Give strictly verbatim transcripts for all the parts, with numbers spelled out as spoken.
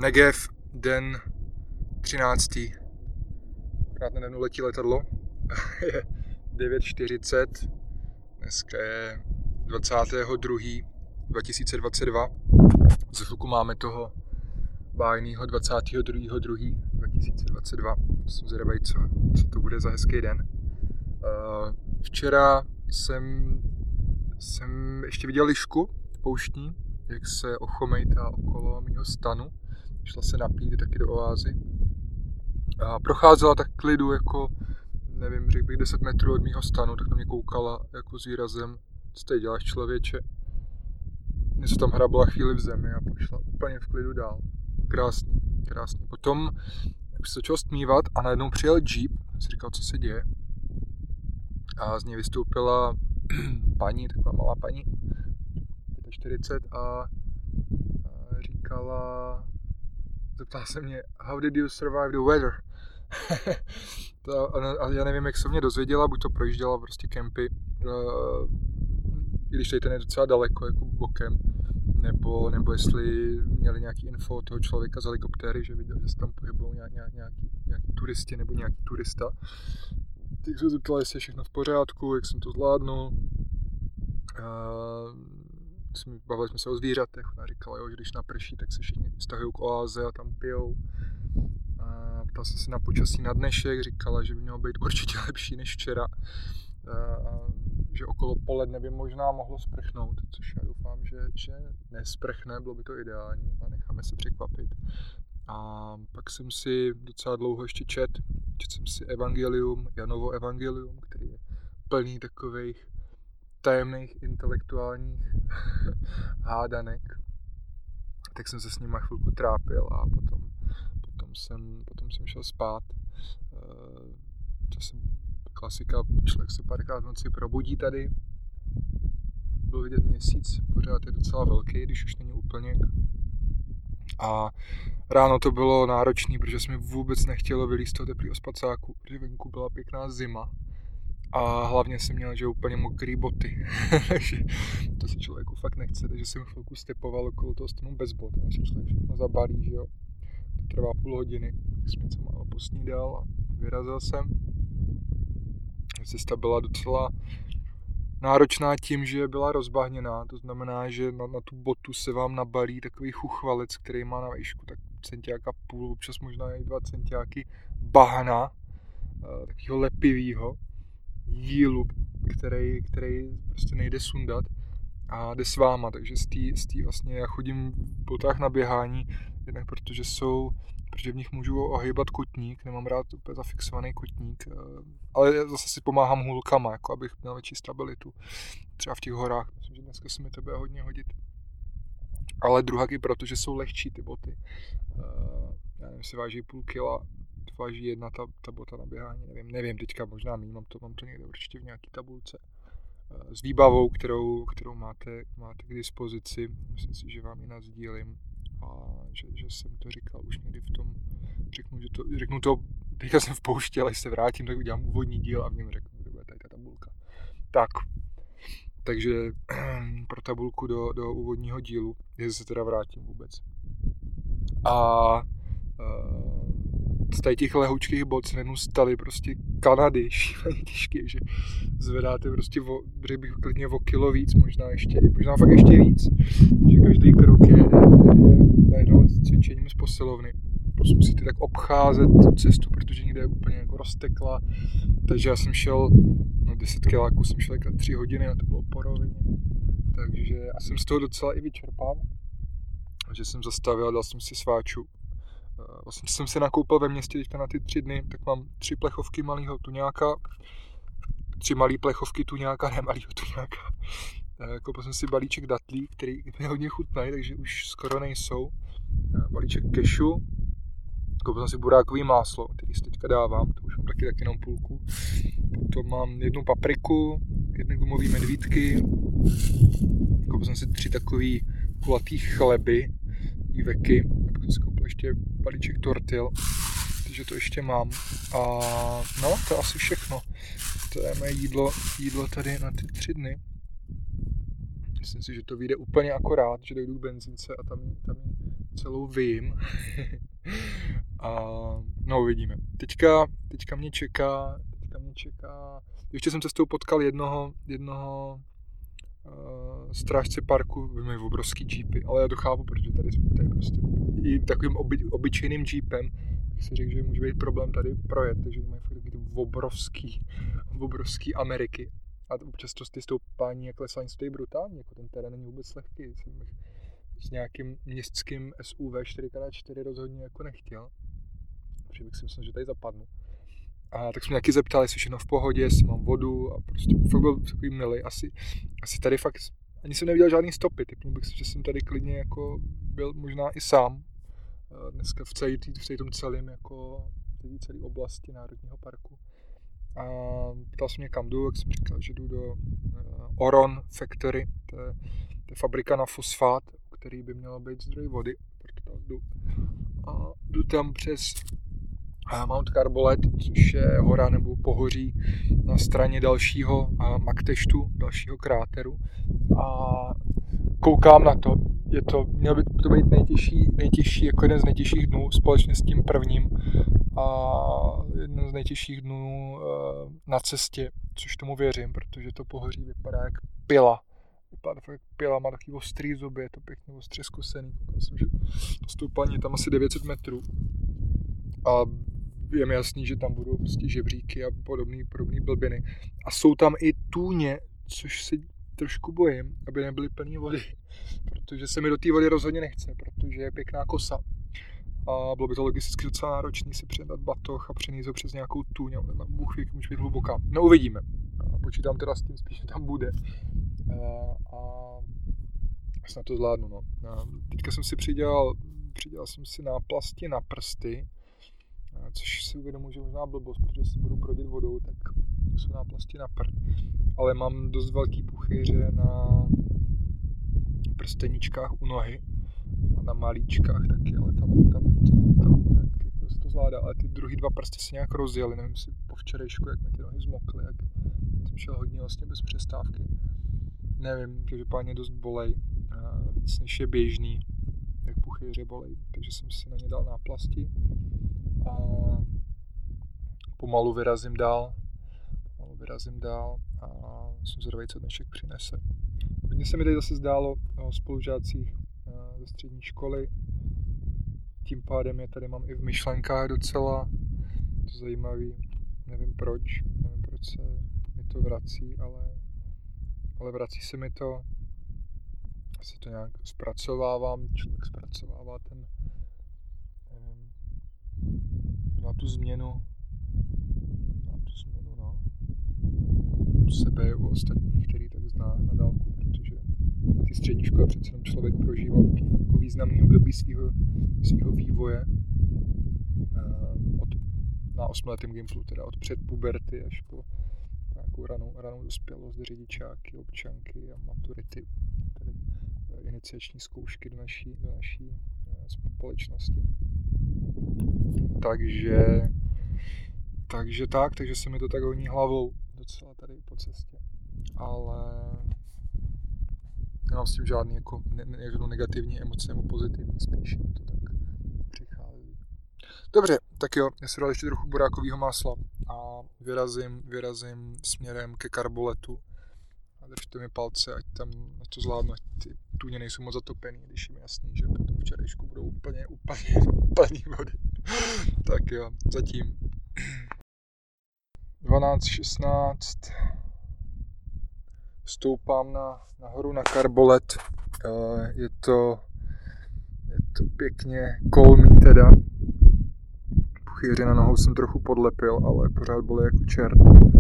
Negev, den třináctý. Akorát nade mnou letí letadlo. Je devět čtyřicet. Dneska je dvacátého druhého dva tisíce dvacet dva. Za chvilku máme toho bájnýho dvacátého druhého druhého dva tisíce dvacet dva. Jsem zvědavý, co, co to bude za hezký den. Uh, včera jsem, jsem ještě viděl lišku pouštní, jak se ochomejtá okolo mýho stanu. Šla se napít taky do oázy. A procházela tak klidu jako, nevím, řekl bych deset metrů od mýho stanu, tak na mě koukala jako s výrazem, co tady děláš, člověče. Něco tam hrabala chvíli v zemi a pak šla úplně v klidu dál. Krásný, krásný. Potom už se začal stmívat a najednou přijel jeep, si říkal, co se děje. A z něj vystoupila paní, taková malá paní, čtyřicet pět, a říkala, zeptala se mě, how did you survive the weather? to, a já nevím, jak se mě dozvěděla, buď to projížděla prostě kempy, uh, i když tady ten je docela daleko, jako bokem, nebo, nebo jestli měli nějaký info od toho člověka z helikoptéry, že viděl, že se tam pohybují nějak, nějak, nějaký, nějaký turisti nebo nějaký turista. Tak se zeptala, jestli je všechno v pořádku, jak jsem to zvládnul. Uh, bavili jsme se o zvířatech, ona říkala, jo, že když naprší, tak se všichni stahují k oáze a tam pijou. A ptala se si na počasí na dnešek, říkala, že by mělo být určitě lepší než včera. A že okolo poledne by možná mohlo sprchnout, což já doufám, že, že nesprchne, bylo by to ideální, a necháme se překvapit. A pak jsem si docela dlouho ještě čet, čet jsem si Evangelium, Janovo Evangelium, který je plný takových tajemných intelektuálních hádanek. Tak jsem se s nima chvilku trápil a potom, potom, jsem, potom jsem šel spát. To jsem klasika, člověk se párkrát v noci probudí tady. Byl vidět měsíc, pořád je docela velký, když už není úplně. A ráno to bylo náročné, protože se mi vůbec nechtělo vylít z toho teplého spacáku, protože venku byla pěkná zima. A hlavně jsem měl, že úplně mokrý boty, takže to se člověku fakt nechce, takže jsem chvilku stepoval okolo toho stanu bez bot, a se člověk všechno zabalí, že jo. To trvá půl hodiny, tak jsem něco málo posnídal a vyrazil jsem. Cesta byla docela náročná tím, že byla rozbahněná, to znamená, že na, na tu botu se vám nabalí takový chuchvalec, který má na výšku tak centiáka půl, občas možná i dva centiáky bahna, takového lepivýho jílu, který, který prostě nejde sundat a jde s váma, takže z té vlastně já chodím v botách na běhání, jednak protože jsou, protože v nich můžu ohýbat kotník, nemám rád úplně zafixovaný kotník, ale zase si pomáhám hůlkama, jako abych měl větší stabilitu, třeba v těch horách, myslím, že dneska se mi to bude hodně hodit. Ale druhak i proto, že jsou lehčí ty boty, já nevím, si váží půl kila, váží jedna ta, ta bota na běhání, nevím, nevím, teďka možná mý, mám to, mám to někde určitě v nějaký tabulce s výbavou, kterou, kterou máte, máte k dispozici, myslím si, že vám ji nasdílím a že, že jsem to říkal už někdy v tom, řeknu, že to, řeknu to, teďka jsem v poušti, ale se vrátím, tak udělám úvodní díl a v něm řeknu, kde bude tady ta tabulka. Tak, takže pro tabulku do, do úvodního dílu, jestli se teda vrátím vůbec. A uh, z tady těch lehoučkých bot se najednou staly prostě Kanady, šíleně těžké, že zvedáte prostě, o, řekl bych klidně o kilo víc, možná ještě, možná fakt ještě víc, že každý krok je, je, je najednou cvičením z posilovny. Prostě musíte tak obcházet tu cestu, protože někde je úplně jako roztekla, takže já jsem šel, no deset kiláků jsem šel jako tři hodiny a to bylo po rovině, takže já jsem z toho docela i vyčerpán, že jsem zastavil, dal jsem si sváču. Vlastně jsem se nakoupil ve městě teďka na ty tři dny, tak mám tři plechovky malýho tuňáka, tři malý plechovky tuňáka, ne malýho tuňáka. Koupil jsem si balíček datlí, který mi hodně chutnají, takže už skoro nejsou. Balíček kešu, koupil jsem si burákový máslo, který si teďka dávám, to už mám taky tak jenom půlku. Potom mám jednu papriku, jedny gumové medvídky, koupil jsem si tři takový kulatý chleby, veky, pak jsem si koupil ještě balíček tortil, takže to ještě mám. A no, to je asi všechno. To je moje jídlo, jídlo tady na ty tři dny. Myslím si, že to vyjde úplně akorát, že dojdu k benzínce a tam, tam celou vyjím. A no uvidíme. Teďka, teďka mě čeká, teďka mě čeká, ještě jsem cestou potkal jednoho, jednoho uh, strážce parku, mají obrovský jeepy, ale já to chápu, protože tady, tady prostě i takovým oby, obyčejným jeepem bych si řekl, že může být problém tady projet, takže mají fakt takový obrovský, obrovský Ameriky. A občas to ty stoupání a klesání stojí brutálně, jako ten terén není vůbec lehký. Jsem s nějakým městským S U V čtyři krát čtyři rozhodně jako nechtěl, protože bych si myslel, že tady zapadnu. A tak jsme nějaký zeptali, jestli všechno v pohodě, jestli mám vodu a prostě fakt byl takový milý. Asi, asi tady fakt, ani jsem neviděl žádný stopy, typnul bych si, že jsem tady klidně jako byl možná i sám. Dneska v celé, v celé tom celém jako v celé oblasti Národního parku. A ptal jsem mě, kam jdu, jak jsem říkal, že jdu do uh, Oron Factory, to je, to je fabrika na fosfát, který by mělo být zdroj vody, proto tam jdu. A jdu tam přes uh, Mount Carbolet, což je hora nebo pohoří na straně dalšího uh, Makteštu, dalšího kráteru. A koukám na to, je to, měl by to být nejtěžší, nejtěžší, jako jeden z nejtěžších dnů společně s tím prvním. A jeden z nejtěžších dnů uh, na cestě, což tomu věřím, protože to pohoří vypadá jak pila. Vypadá to jak pila, má takový ostrý zuby, je to pěkně ostře zkusený. Myslím, že to stoupání je tam asi devět set metrů. A je mi jasný, že tam budou prostě žebříky a podobné podobný blbiny. A jsou tam i tůně, což se trošku bojím, aby nebyly plný vody. Protože se mi do té vody rozhodně nechce, protože je pěkná kosa. A bylo by to logisticky docela náročný si předat batoh a přenést ho přes nějakou tůň, ale na Bůh ví, může být hluboká. No uvidíme. A počítám teda s tím spíš, že tam bude. A, a snad to zvládnu. No. A teďka jsem si přidělal, přidělal jsem si náplasti na prsty, což si uvědomuji, že možná blbost, protože si budu prodit vodou, tak jsou náplasti na prd. Ale mám dost velký puchyře na prsteníčkách u nohy. A na malíčkách taky, ale tam, tam, tam, tam nějak jako se to zvládá, ale ty druhý dva prsty se nějak rozjeli, nevím si po včerejšku, jak mi ty nohy zmokly, jak jsem šel hodně vlastně bez přestávky. Nevím, že páně dost bolej, víc než je běžný, jak puchyře bolej, takže jsem si na ně dal náplasti a pomalu vyrazím dál, pomalu vyrazím dál a jsem zvědavý, co dnešek přinese. Hodně se mi tady zase zdálo o spolužácích ze střední školy. Tím pádem je tady mám i v myšlenkách docela. To zajímavý. Nevím proč. Nevím proč se mi to vrací, ale, ale vrací se mi to. Asi to nějak zpracovávám. Člověk zpracovává ten nevím, na tu změnu na tu změnu, no. U sebe i u ostatních, který tak zná na dálku, protože na té střední škole přece jenom člověk prožíval takový jako významný období svýho, svýho vývoje od, na osmiletém gimplu, teda od předpuberty až po nějakou ranou, ranou dospělost, řidičáky, občanky a maturity, tedy iniciační zkoušky do naší, do naší společnosti. Takže, takže tak, takže se mi to tak honí hlavou docela tady po cestě, ale nemám s tím žádný jako ne, ne, negativní emoce nebo pozitivní, spíš to tak přichází. Dobře, tak jo, já si dal ještě trochu borákového másla a vyrazím, vyrazím směrem ke Carboletu a držte mi palce, ať tam ať to zvládnu, ať ty tůně nejsou moc zatopený, když je mi jasný, že po tom včerejšku budou úplně, úplně plný vody. Tak jo, zatím. dvanáct šestnáct Stoupám na, nahoru na Carbolet. Je to, je to pěkně kolmý teda. Puchyři na nohou jsem trochu podlepil, ale pořád bolí jako čert.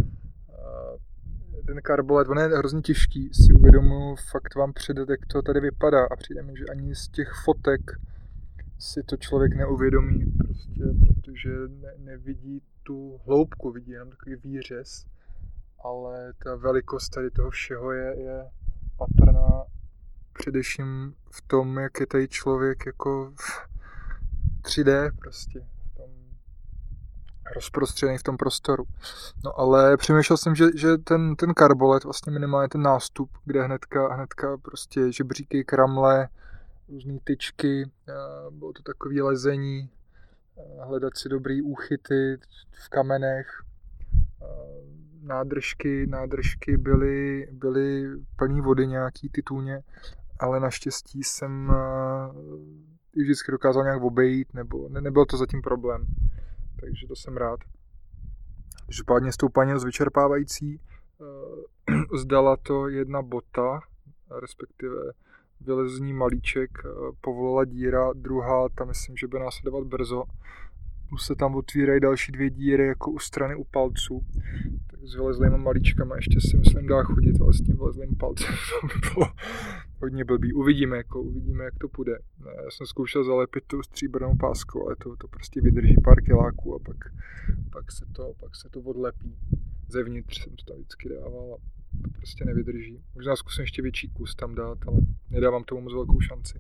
Ten Carbolet, on je hrozně těžký, si uvědomuji, fakt vám předat, jak to tady vypadá a přijde mi, že ani z těch fotek si to člověk neuvědomí, prostě, protože ne, nevidí tu hloubku, vidí jenom takový výřez. Ale ta velikost tady toho všeho je, je patrná především v tom, jak je tady člověk jako v tři dé prostě, v tom rozprostřený v tom prostoru. No ale přemýšlel jsem, že, že ten, ten Carbolet, vlastně minimálně ten nástup, kde hnedka, hnedka prostě žebříky, kramle, různý tyčky, bylo to takový lezení, hledat si dobrý úchyty v kamenech, nádržky, nádržky byly, byly plný vody nějaký ty tůně, ale naštěstí jsem ji vždycky dokázal nějak obejít, nebo ne, nebyl to zatím problém, takže to jsem rád. Každopádně stoupání z vyčerpávající, zdala to jedna bota, respektive vylezní malíček, povolila díra, druhá, tam myslím, že bude následovat brzo. Plus se tam otvírají další dvě díry jako u strany u palců. Tak s vylezlýma malíčkama ještě si myslím dá chodit, ale s tím vylezlým palcem to by bylo hodně blbý. Uvidíme, jako, uvidíme, jak to půjde. Já jsem zkoušel zalepit tu stříbrnou pásku, ale to, to prostě vydrží pár kiláků a pak, pak, se to, pak se to odlepí. Zevnitř jsem to tam vždycky dával a to prostě nevydrží. Možná zkusím ještě větší kus tam dát, ale nedávám tomu moc velkou šanci.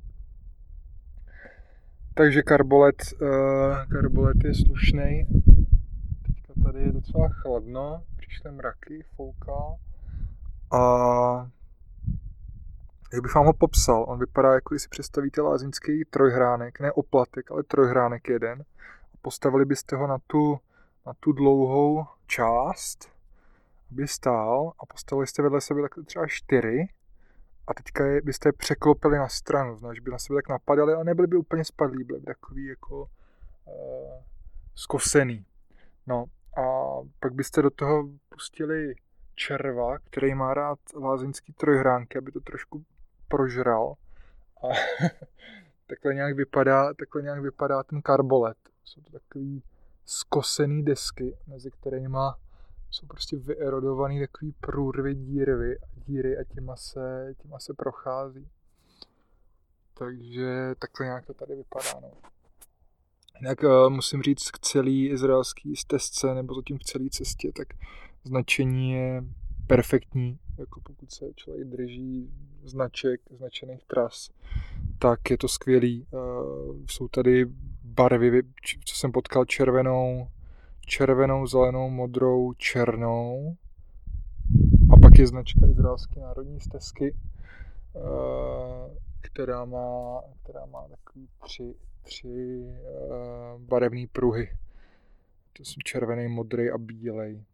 Takže karbolet, uh, karbolet je slušnej. Teďka tady je docela chladno, přišly mraky, fouká. A jak bych vám ho popsal, on vypadá, jako když si představíte lázeňský trojhránek, ne oplatek, ale trojhránek jeden. Postavili byste ho na tu, na tu dlouhou část, aby stál, a postavili jste vedle sebe takhle třeba čtyři a teďka je, byste je překlopili na stranu, znač by na sebe tak napadali, ale nebyli by úplně spadlí, byli by takový jako uh, zkosený. No a pak byste do toho pustili červa, který má rád lázeňský trojhránky, aby to trošku prožral. A takhle nějak vypadá, takhle nějak vypadá ten karbolet. Jsou to takový zkosený desky, mezi kterými jsou prostě vyerodovaný takový průrvy díry, díry a těma se, těma se prochází. Takže takhle nějak to tady vypadá. No. Jinak uh, musím říct k celý izraelský stezce nebo zatím k celé cestě, tak značení je perfektní. Jako pokud se člověk drží značek, značených tras, tak je to skvělý. Uh, jsou tady barvy, co jsem potkal, červenou, červenou, zelenou, modrou, černou. A pak je značka izraelské národní stezky, která má, která má takový tři, tři barevné pruhy. To jsou červený, modrý a bílej.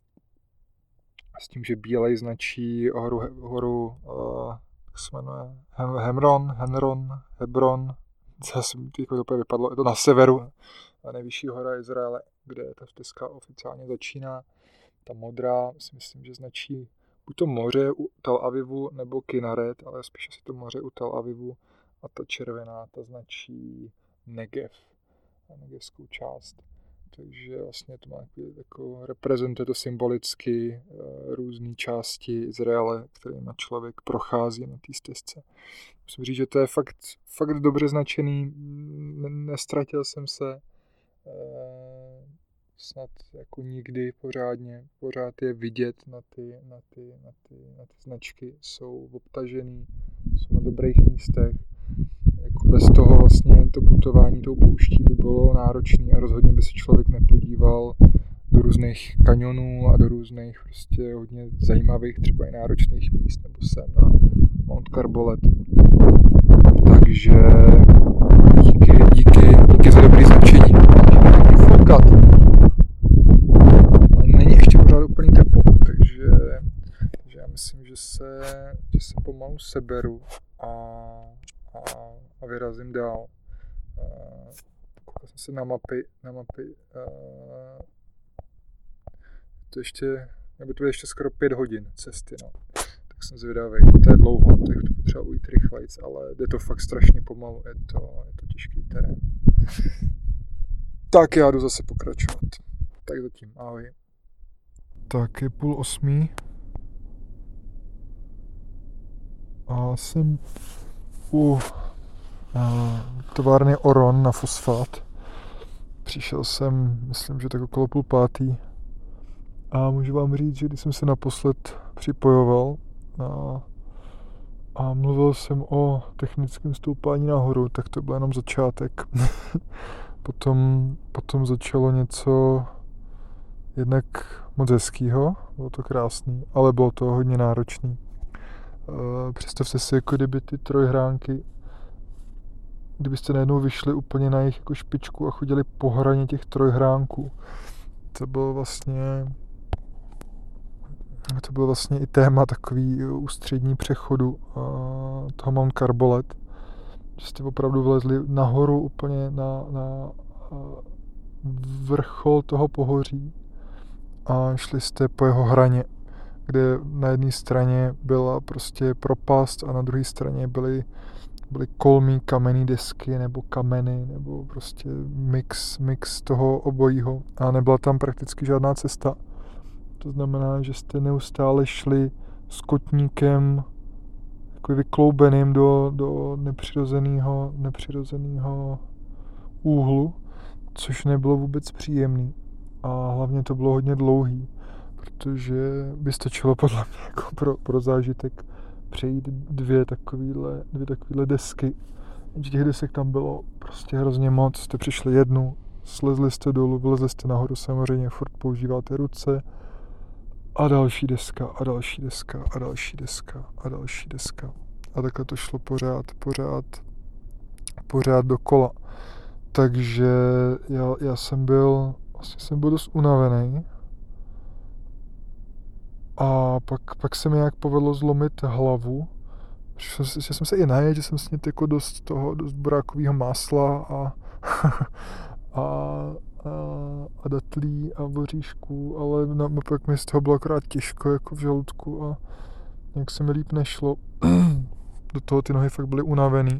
S tím, že bílej značí horu, horu jak se jmenuje, Hemron, Henron, Hebron. Zase to úplně vypadlo. Je to na severu, nejvyšší hora Izraele, kde ta stezka oficiálně začíná. Ta modrá si myslím, že značí buď to moře u Tel Avivu nebo Kinneret, ale spíše si to moře u Tel Avivu. A ta červená, ta značí Negev, negevskou část. Takže vlastně to má jako, reprezentuje to symbolicky různé části Izraele, kterými člověk prochází na té stezce. Musím říct, že to je fakt, fakt dobře značený, nestratil jsem se snad jako nikdy pořádně, pořád je vidět na ty, na ty, na ty, na ty značky, jsou obtažený, jsou na dobrých místech. Jako bez toho vlastně to putování tou pouští by bylo náročné a rozhodně by se člověk nepodíval do různých kanionů a do různých prostě hodně zajímavých, třeba i náročných míst, nebo sem na Mount Carbolet. Takže díky, díky, díky za dobrý značení. Foukat. Není ještě pořád úplný teplo, takže, takže já myslím, že se, že se pomalu seberu a A, a vyrazím dál. Koukal jsem se na mapy, na mapy. To ještě, nebo to je ještě skoro pět hodin cesty, no. Tak jsem zvědavý. To je dlouho, tak to potřeba ujít rychlejc, ale jde to fakt strašně pomalu, je to, je to těžký terén. Tak já jdu zase pokračovat. Tak zatím, ahoj. Tak je půl osmí. A jsem u továrny Oron na fosfát. Přišel jsem, myslím, že tak okolo půl pátý. A můžu vám říct, že když jsem se naposled připojoval a, a mluvil jsem o technickém stoupání nahoru, tak to byl jenom začátek. potom, potom začalo něco jednak moc hezkýho, bylo to krásný, ale bylo to hodně náročný. Představte si, jako kdyby ty trojhránky kdybyste najednou vyšli úplně na jejich jako špičku a chodili po hraně těch trojhránků. To bylo vlastně to bylo vlastně i téma takový ústřední přechodu uh, toho Mount Carbolet. Že jste opravdu vlezli nahoru úplně na, na uh, vrchol toho pohoří a šli jste po jeho hraně, kde na jedné straně byla prostě propast a na druhé straně byly, byly kolmí kamenné desky nebo kameny nebo prostě mix, mix toho obojího a nebyla tam prakticky žádná cesta. To znamená, že jste neustále šli s kotníkem jako vykloubeným do, do nepřirozeného, nepřirozeného úhlu, což nebylo vůbec příjemný. A hlavně to bylo hodně dlouhý, protože by stačilo podle mě jako pro, pro zážitek přejít dvě takovýhle, dvě takovýhle desky. Jenže těch desek tam bylo prostě hrozně moc. Jste přišli jednu, slezli jste dolů, vylezli jste nahoru, samozřejmě furt používáte ruce a další deska a další deska a další deska a další deska. A takhle to šlo pořád, pořád, pořád dokola. Takže já, já jsem byl, vlastně jsem byl dost unavený. A pak, pak se mi nějak povedlo zlomit hlavu. Že jsem se i najedl, že jsem snědl jako dost toho, dost burákového másla a, a, a, a datlí a voříšků, ale na, pak mi z toho bylo akorát těžko jako v žaludku a nějak se mi líp nešlo. Do toho ty nohy fakt byly unavený.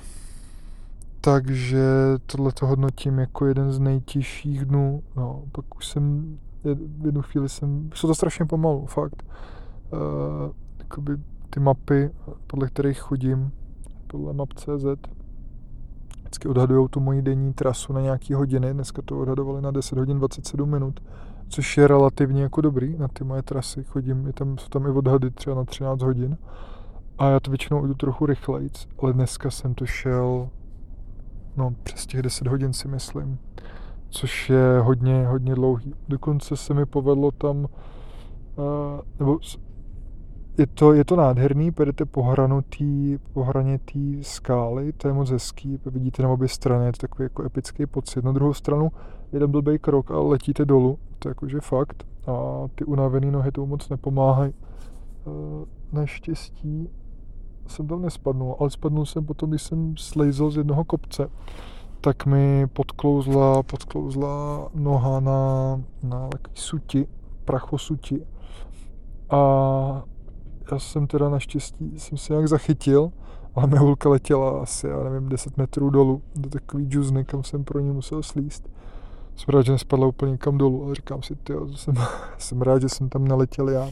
Takže tohleto hodnotím jako jeden z nejtěžších dnů. No, pak už jsem, v jednu chvíli jsem, šlo to strašně pomalu, fakt. Uh, jakoby ty mapy, podle kterých chodím, podle map tečka cé zet, vždycky odhadujou tu moji denní trasu na nějaký hodiny. Dneska to odhadovali na deset hodin dvacet sedm minut, což je relativně jako dobrý na ty moje trasy. Chodím, je tam, jsou tam i odhady třeba na třináct hodin. A já to většinou jdu trochu rychlejc, ale dneska jsem to šel no přes těch deset hodin si myslím, což je hodně, hodně dlouhý. Dokonce se mi povedlo tam, uh, nebo je to, je to nádherný, pojedete po, hranu tý, po hraně té skály, to je moc hezký, vidíte na obě strany, je to takový jako epický pocit. Na druhou stranu je tam blbej krok a letíte dolů, to je jakože fakt a ty unavený nohy tomu moc nepomáhají. Uh, naštěstí jsem tam nespadnul, ale spadnul jsem potom, když jsem slejzl z jednoho kopce, tak mi podklouzla, podklouzla noha na, na takový suti, prachosuti. A já jsem teda naštěstí, jsem se nějak zachytil, ale moje hulka letěla asi, já nevím, deset metrů dolů, do takový džuzny, kam jsem pro ní musel slíst. Jsem rád, že nespadla úplně nikam dolů, ale říkám si, tyjo, jsem, jsem rád, že jsem tam neletěl já.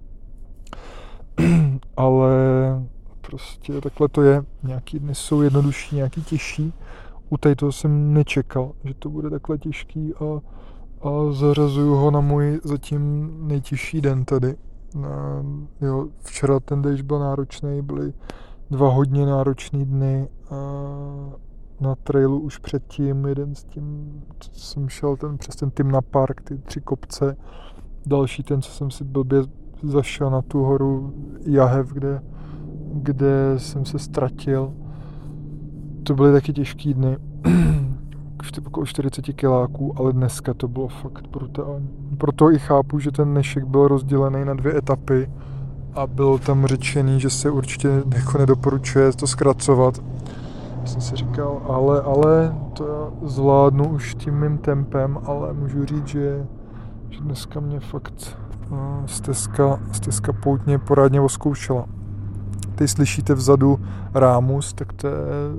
Ale prostě takhle to je. Nějaký dny jsou jednodušší, nějaký těžší. U tady toho jsem nečekal, že to bude takhle těžký a, a zařazuju ho na můj zatím nejtěžší den tady. Na, jo, včera ten déšť byl náročný, byly dva hodně náročný dny a na trailu už předtím, jeden s tím, co jsem šel ten, přes ten Timna Park, ty tři kopce, další ten, co jsem si blbě zašel na tu horu Jahev, kde, kde jsem se ztratil. To byly taky těžký dny, okolo čtyřicet kiláků, ale dneska to bylo fakt brutální. Proto i chápu, že ten dnešek byl rozdělený na dvě etapy a bylo tam řečený, že se určitě jako nedoporučuje to zkracovat. Jsem si říkal, ale, ale to já zvládnu už tím mým tempem, ale můžu říct, že, že dneska mě fakt uh, stezka, stezka poutně porádně oskoušela. Teď slyšíte vzadu rámus, tak to je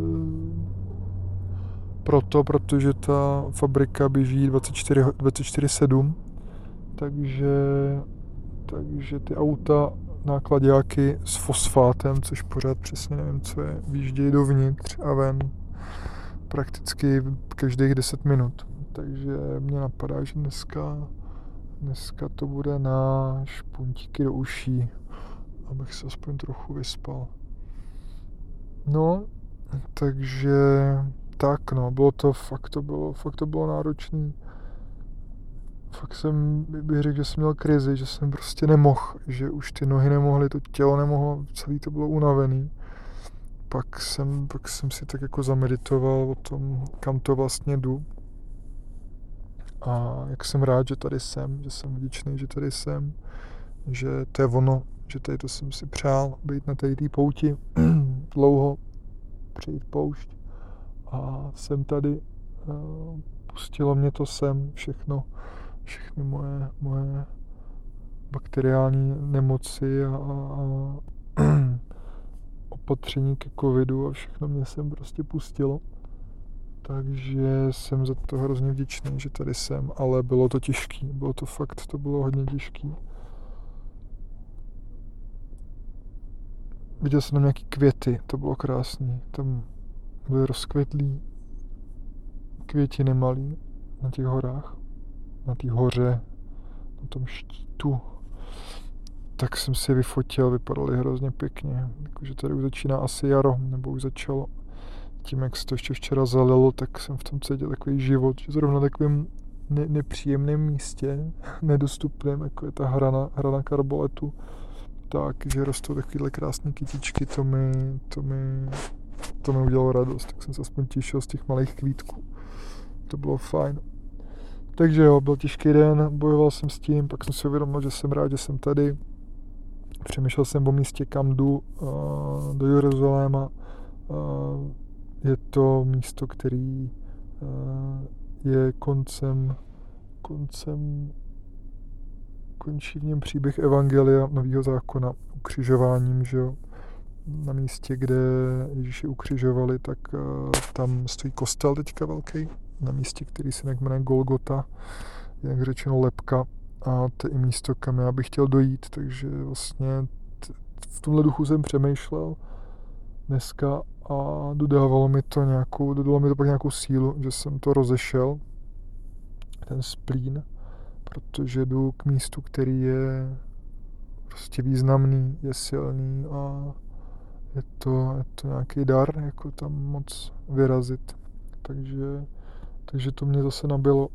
proto, protože ta fabrika běží dvacet čtyři sedm, takže, takže ty auta, náklaďáky s fosfátem, což pořád přesně nevím, co je, výjíždějí dovnitř a ven prakticky každých deset minut. Takže mě napadá, že dneska, dneska to bude na špuntíky do uší, abych se aspoň trochu vyspal. No, takže tak no, bylo to, fakt to bylo, fakt to bylo náročný. Fakt jsem, bych řekl, že jsem měl krizi, že jsem prostě nemohl, že už ty nohy nemohly, to tělo nemohlo, celý to bylo unavený. pak jsem, pak jsem si tak jako zameditoval o tom, kam to vlastně jdu. A jak jsem rád, že tady jsem, že jsem vděčný, že tady jsem, že to je ono, že tady to jsem si přál, být na tady té pouti dlouho, přejít poušť. A jsem tady, pustilo mě to sem všechno, všechny moje, moje bakteriální nemoci a, a opatření ke covidu a všechno mě sem prostě pustilo. Takže jsem za to hrozně vděčný, že tady jsem, ale bylo to těžký, bylo to fakt, to bylo hodně těžký. Viděl jsem tam nějaký květy, to bylo krásný, tam byly rozkvětlý květiny malý na těch horách, na té hoře, na tom štítu. Tak jsem si je vyfotil, vypadaly hrozně pěkně, jakože tady už začíná asi jaro, nebo už začalo. Tím, jak se to ještě včera zalilo, tak jsem v tom cítil takový život, že zrovna na takovém ne- nepříjemném místě, nedostupném, jako je ta hrana, hrana Karboletu, takže rostou takovéhle krásné kytičky, to mi, to mi, to mi udělalo radost, tak jsem se aspoň těšil z těch malých kvítků. To bylo fajn. Takže jo, byl těžký den, bojoval jsem s tím, pak jsem si uvědomil, že jsem rád, že jsem tady. Přemýšlel jsem o místě, kam jdu, uh, do Jeruzaléma. Uh, je to místo, který uh, je koncem, koncem, končí v něm příběh Evangelia Nového zákona, ukřižováním, že jo. Na místě, kde Ježíše ukřižovali, tak uh, tam stojí kostel teďka velký, na místě, který se jmenuje Golgota, jak řečeno lebka, a to je i místo, kam já bych chtěl dojít, takže vlastně t- v tomhle duchu jsem přemýšlel dneska a dodávalo mi to nějakou, dodalo mi to pak nějakou sílu, že jsem to rozešel, ten splín, protože jdu k místu, který je prostě významný, je silný a je to, je to nějaký dar, jako tam moc vyrazit. Takže, takže to mě zase nabilo.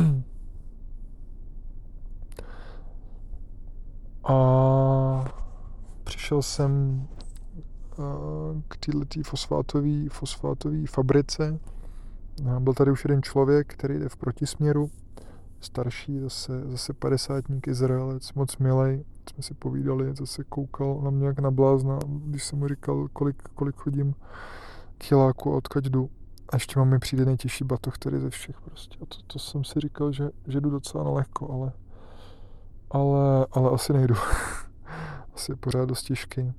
A přišel jsem k této fosfátové fosfátové fabrice. Byl tady už jeden člověk, který jde v protisměru, starší, zase, zase padesátník, Izraelec, moc milej. Jsme si povídali, zase koukal na mě jak na blázna, když jsem mu říkal, kolik, kolik chodím kiláku a odkud jdu. A ještě mám mi přijde nejtěžší batoh tady ze všech prostě. A to, to jsem si říkal, že, že jdu docela na lehko, ale, ale, ale asi nejdu. Asi je pořád dost těžký.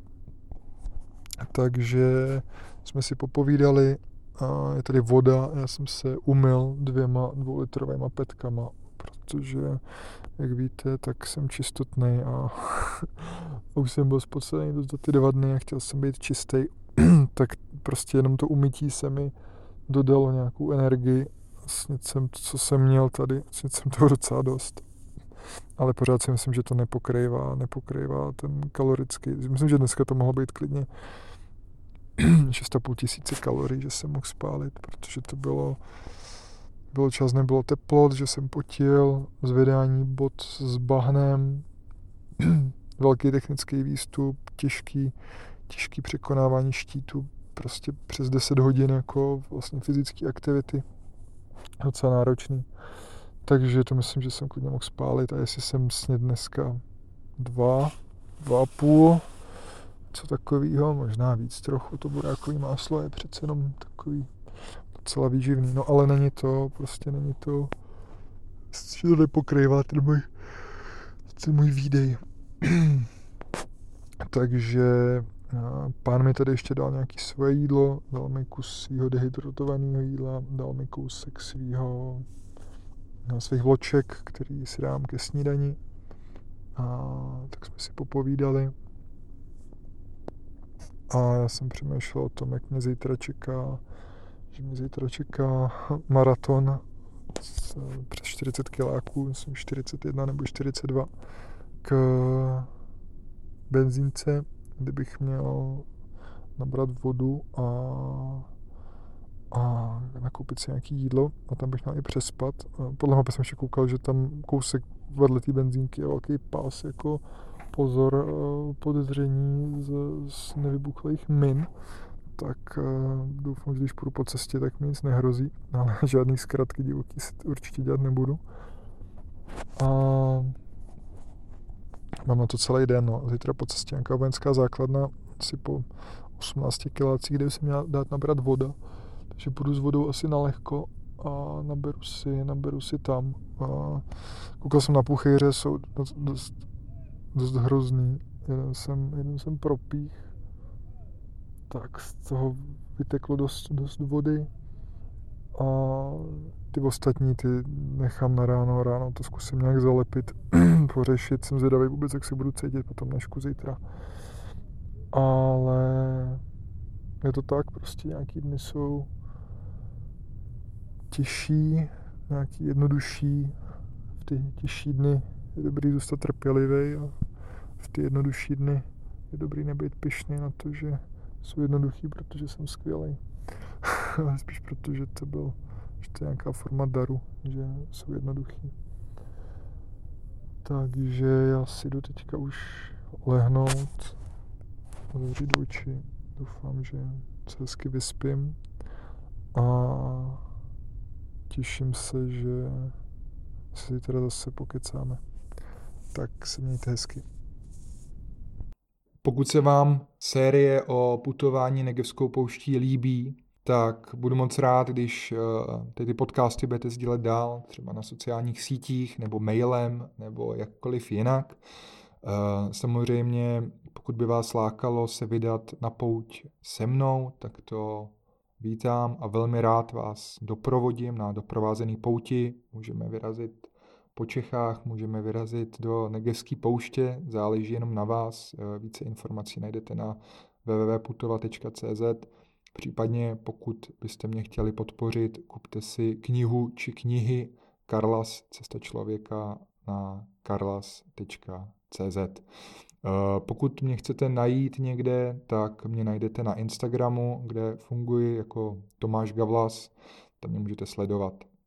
Takže jsme si popovídali, a je tady voda, já jsem se umyl dvěma dvoulitrovými petkama, protože, jak víte, tak jsem čistotnej a už jsem byl spocený dost za ty dva dny a chtěl jsem být čistý, tak prostě jenom to umytí se mi dodalo nějakou energii, vlastně jsem, co jsem měl tady, vlastně jsem toho docela dost. Ale pořád si myslím, že to nepokrývá, nepokrývá ten kalorický, myslím, že dneska to mohlo být klidně šest a půl tisíce kalorií, že jsem mohl spálit, protože to bylo, bylo čas, nebylo teplo, že jsem potil, zvedání bot s bahnem, velký technický výstup, těžký, těžký překonávání štítu, prostě přes deset hodin jako vlastně fyzické aktivity, docela náročný. Takže to myslím, že jsem klidně mohl spálit a jestli jsem snědl dneska dva, dva a půl, co takovýho, možná víc trochu, to burákový máslo je přece jenom takový docela výživný, no ale není to, prostě není to, že to nepokrývá ten můj, ten můj výdej. Takže pán mi tady ještě dal nějaký svoje jídlo, dal mi kus svýho dehydratovaného jídla, dal mi kousek svýho, svých vloček, který si dám ke snídani. A tak jsme si popovídali. A já jsem přemýšlel o tom, jak mě zítra čeká, že mě zítra čeká maraton přes čtyřicet kiláků, myslím čtyřicet jedna nebo čtyřicet dva, k benzínce, kde bych měl nabrat vodu a, a nakoupit si nějaký jídlo a tam bych měl i přespat. Podle mapy jsem ještě koukal, že tam kousek vedle té benzínky je velký pás, jako pozor, podezření z, z nevybuchlých min, tak uh, doufám, že když půjdu po cestě, tak mi nic nehrozí, ale žádný zkratky divoký si určitě dělat nebudu. A mám na to celý den, no. Zítra po cestě nějaká vojenská základna, asi po osmnácti kilácích, kde by se měla dát nabrat voda. Takže půjdu s vodou asi na lehko a naberu si, naberu si tam. A koukal jsem na puchejře, jsou dost, dost, dost hrozný. Jeden jsem, jeden jsem propích, tak z toho vyteklo dost, dost vody. A ty ostatní ty nechám na ráno, ráno to zkusím nějak zalepit, pořešit, jsem zvědavý vůbec, jak se budu cítit potom nežku zítra. Ale je to tak, prostě nějaký dny jsou těžší, nějaký jednodušší, v ty těžší dny je dobrý zůstat trpělivý a v ty jednodušší dny je dobrý nebýt pyšný na to, že jsou jednoduchý, protože jsem skvělý. Ale spíš proto, že to byl, že to je nějaká forma daru, že jsou jednoduchý. Takže já si jdu teďka už lehnout, zavřít oči, doufám, že se hezky vyspím a těším se, že si teda zase pokecáme. Tak se mějte hezky. Pokud se vám série o putování Negevskou pouští líbí, tak budu moc rád, když ty, ty podcasty budete sdílet dál, třeba na sociálních sítích, nebo mailem, nebo jakkoliv jinak. Samozřejmě, pokud by vás lákalo se vydat na pouť se mnou, tak to vítám a velmi rád vás doprovodím na doprovázený pouti. Můžeme vyrazit po Čechách, můžeme vyrazit do Negevské pouště, záleží jenom na vás. Více informací najdete na w w w tečka putovat tečka c z. Případně, pokud byste mě chtěli podpořit, kupte si knihu či knihy Karlas, Cesta člověka na karlas tečka c z. Pokud mě chcete najít někde, tak mě najdete na Instagramu, kde funguji jako Tomáš Gavlas, tam mě můžete sledovat.